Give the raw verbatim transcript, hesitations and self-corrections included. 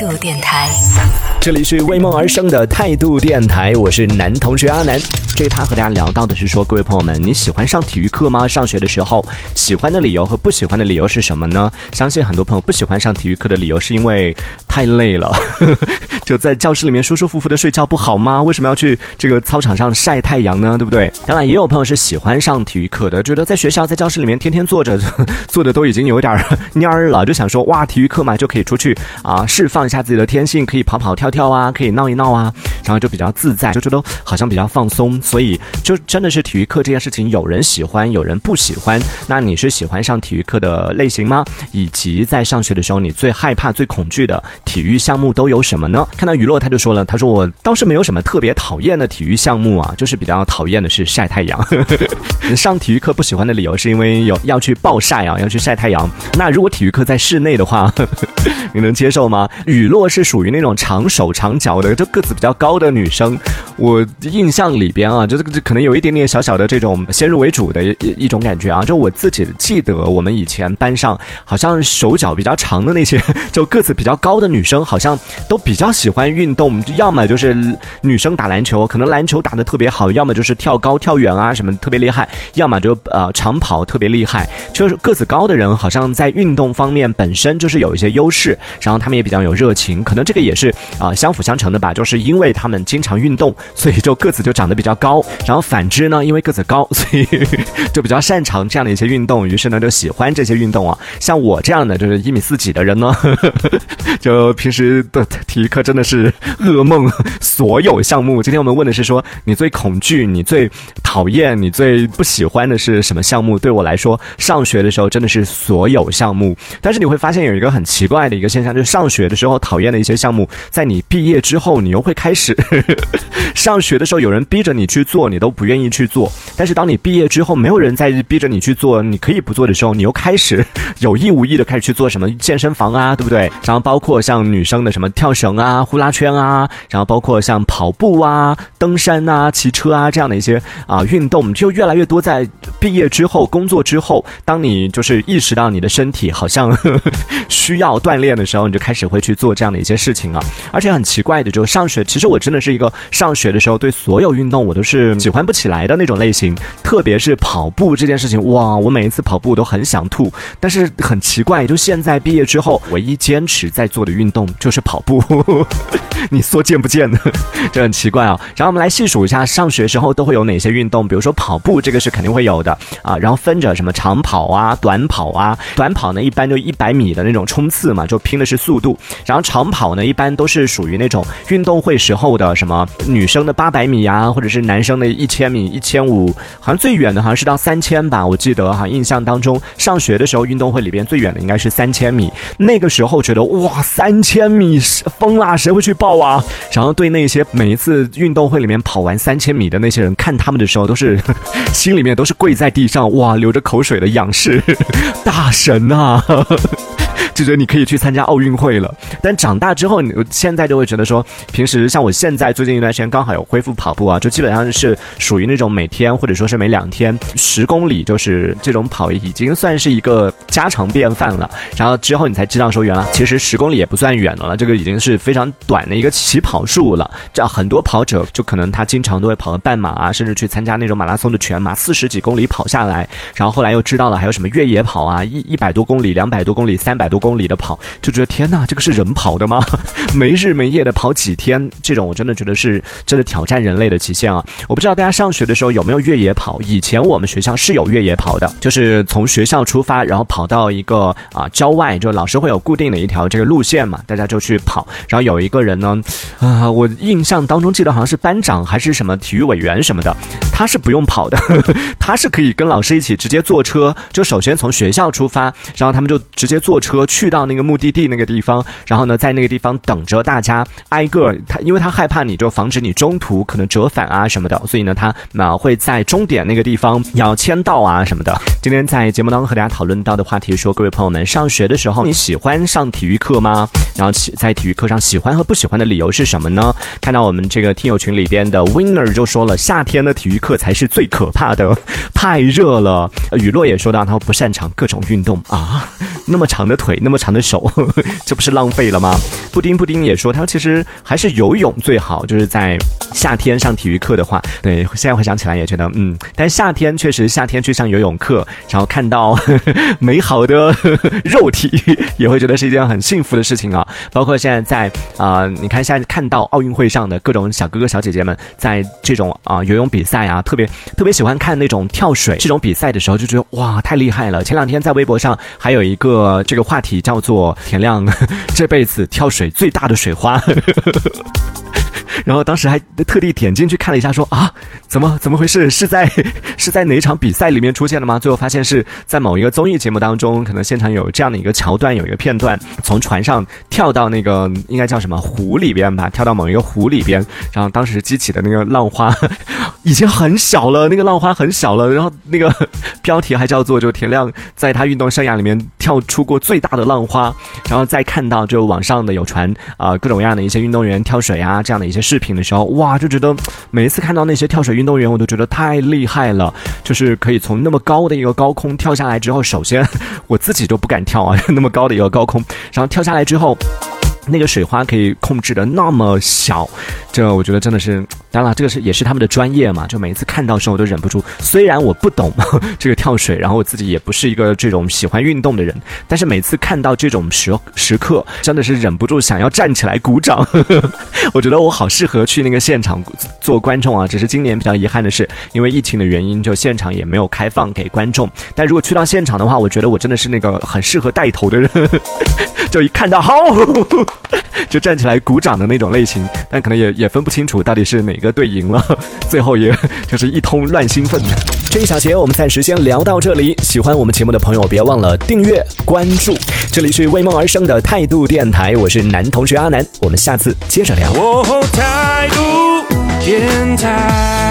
度电台， 这里是为梦而生的态度电台，我是男同学阿南。这一趴和大家聊到的是说，各位朋友们，你喜欢上体育课吗？上学的时候，喜欢的理由和不喜欢的理由是什么呢？相信很多朋友不喜欢上体育课的理由是因为太累了，就在教室里面舒舒服服的睡觉不好吗？为什么要去这个操场上晒太阳呢？对不对？当然也有朋友是喜欢上体育课的，觉得在学校在教室里面天天坐着，坐的都已经有点蔫儿了，就想说哇，体育课嘛就可以出去啊，释放一下自己的天性，可以跑跑跳跳啊，可以闹一闹啊，然后就比较自在，就觉得好像比较放松。所以就真的是体育课这件事情，有人喜欢，有人不喜欢。那你是喜欢上体育课的类型吗？以及在上学的时候，你最害怕、最恐惧的体育项目都有什么呢？看到雨落他就说了，他说我倒是没有什么特别讨厌的体育项目啊，就是比较讨厌的是晒太阳。上体育课不喜欢的理由是因为有要去暴晒啊，要去晒太阳。那如果体育课在室内的话，你能接受吗？雨落是属于那种长手长脚的，就个子比较高的女生。我印象里边啊，就这可能有一点点小小的这种先入为主的一一种感觉啊。就我自己记得，我们以前班上好像手脚比较长的那些，就个子比较高的女生，好像都比较喜欢运动，要么就是女生打篮球，可能篮球打得特别好，要么就是跳高、跳远啊什么特别厉害，要么就呃长跑特别厉害。就是个子高的人，好像在运动方面本身就是有一些优势，然后他们也比较有热情，可能这个也是啊、呃、相辅相成的吧。就是因为他们经常运动，所以就个子就长得比较高。然后反之呢，因为个子高，所以就比较擅长这样的一些运动，于是呢就喜欢这些运动啊。像我这样的就是一米四几的人呢，就平时的体育课真的是噩梦，所有项目。今天我们问的是说，你最恐惧、你最讨厌、你最不喜欢的是什么项目？对我来说，上学的时候真的是所有项目。但是你会发现有一个很奇怪的一个现象，就是上学的时候讨厌的一些项目，在你毕业之后，你又会开始上学的时候有人逼着你去做，你都不愿意去做。但是当你毕业之后，没有人再逼着你去做，你可以不做的时候，你又开始有意无意的开始去做什么健身房啊，对不对？然后包括像女生的什么跳绳啊、呼啦圈啊，然后包括像跑步啊、登山啊、骑车啊这样的一些啊运动，就越来越多。在毕业之后、工作之后，当你就是意识到你的身体好像呵呵需要锻炼的时候，你就开始会去做这样的一些事情啊。而且很奇怪的，就是上学，其实我真的是一个上学的时候对所有运动我都是喜欢不起来的那种类型，特别是跑步这件事情，哇，我每一次跑步都很想吐。但是很奇怪，就现在毕业之后，唯一坚持在做的运动就是跑步。你说见不见呢？这很奇怪啊。然后我们来细数一下上学时候都会有哪些运动，比如说跑步，这个是肯定会有的啊。然后分着什么长跑啊、短跑啊。短跑呢一般就一百米的那种冲刺嘛，就拼的是速度。然后长跑呢一般都是属于那种运动会时候的什么女生的八百米啊，或者是男生的一千米、一千五，好像最远的好像是到三千吧，我记得哈，印象当中上学的时候运动会里边最远的应该是三千米。那个时候觉得哇，三千米疯啦，谁会去报啊？然后对那些每一次运动会里面跑完三千米的那些人，看他们的时候都是心里面都是跪在地上，哇，流着口水的仰视大神啊。就觉得你可以去参加奥运会了。但长大之后，你现在就会觉得说，平时像我现在最近一段时间刚好有恢复跑步啊，就基本上是属于那种每天或者说是每两天十公里，就是这种跑已经算是一个家常便饭了。然后之后你才知道说，原来其实十公里也不算远了，这个已经是非常短的一个起跑数了。这样很多跑者就可能他经常都会跑个半马啊，甚至去参加那种马拉松的全马，四十几公里跑下来。然后后来又知道了还有什么越野跑啊，一一百多公里、两百多公里、三百多公里的跑，就觉得天哪，这个是人跑的吗？没日没夜的跑几天，这种我真的觉得是真的挑战人类的极限啊！我不知道大家上学的时候有没有越野跑？以前我们学校是有越野跑的，就是从学校出发，然后跑到一个啊郊外，就老师会有固定的一条这个路线嘛，大家就去跑。然后有一个人呢，啊，我印象当中记得好像是班长还是什么体育委员什么的，他是不用跑的，呵呵，他是可以跟老师一起直接坐车，就首先从学校出发，然后他们就直接坐车去到那个目的地那个地方，然后呢在那个地方等着大家挨个，他因为他害怕你就防止你中途可能折返啊什么的，所以呢他啊会在终点那个地方要签到啊什么的。今天在节目当中和大家讨论到的话题说，各位朋友们，上学的时候你喜欢上体育课吗？然后在体育课上喜欢和不喜欢的理由是什么呢？看到我们这个听友群里边的 Winner 就说了，夏天的体育课才是最可怕的，太热了。雨落也说到他不擅长各种运动啊，那么长的腿那么长的手，这不是浪费了吗？ 布丁布丁也说，他说其实还是游泳最好，就是在夏天上体育课的话，对，现在回想起来也觉得嗯，但夏天确实夏天去上游泳课，然后看到呵呵美好的呵呵肉体，也会觉得是一件很幸福的事情啊。包括现在在啊、呃，你看现在看到奥运会上的各种小哥哥小姐姐们在这种啊、呃、游泳比赛啊，特别特别喜欢看那种跳水这种比赛的时候，就觉得哇太厉害了。前两天在微博上还有一个这个话题叫做田亮这辈子跳水最大的水花。然后当时还特地点进去看了一下说，啊怎么怎么回事，是在是在哪一场比赛里面出现的吗？最后发现是在某一个综艺节目当中，可能现场有这样的一个桥段，有一个片段，从船上跳到那个应该叫什么湖里边吧，跳到某一个湖里边，然后当时激起的那个浪花已经很小了，那个浪花很小了，然后那个标题还叫做就田亮在他运动生涯里面跳出过最大的浪花。然后再看到就网上的有传啊、呃、各种各样的一些运动员跳水啊这样的一些视频的时候，哇就觉得每一次看到那些跳水运动员我都觉得太厉害了，就是可以从那么高的一个高空跳下来之后，首先我自己都不敢跳啊，那么高的一个高空，然后跳下来之后那个水花可以控制的那么小，这我觉得真的是，当然了，这个是也是他们的专业嘛，就每一次看到的时候我都忍不住，虽然我不懂这个跳水，然后我自己也不是一个这种喜欢运动的人，但是每次看到这种时时刻，真的是忍不住想要站起来鼓掌。我觉得我好适合去那个现场做观众啊，只是今年比较遗憾的是，因为疫情的原因，就现场也没有开放给观众。但如果去到现场的话，我觉得我真的是那个很适合带头的人，就一看到好。就站起来鼓掌的那种类型，但可能也也分不清楚到底是哪个队赢了，最后也就是一通乱兴奋。这一小节我们暂时先聊到这里，喜欢我们节目的朋友别忘了订阅关注，这里是为梦而生的态度电台，我是男同学阿南，我们下次接着聊。 态度电台。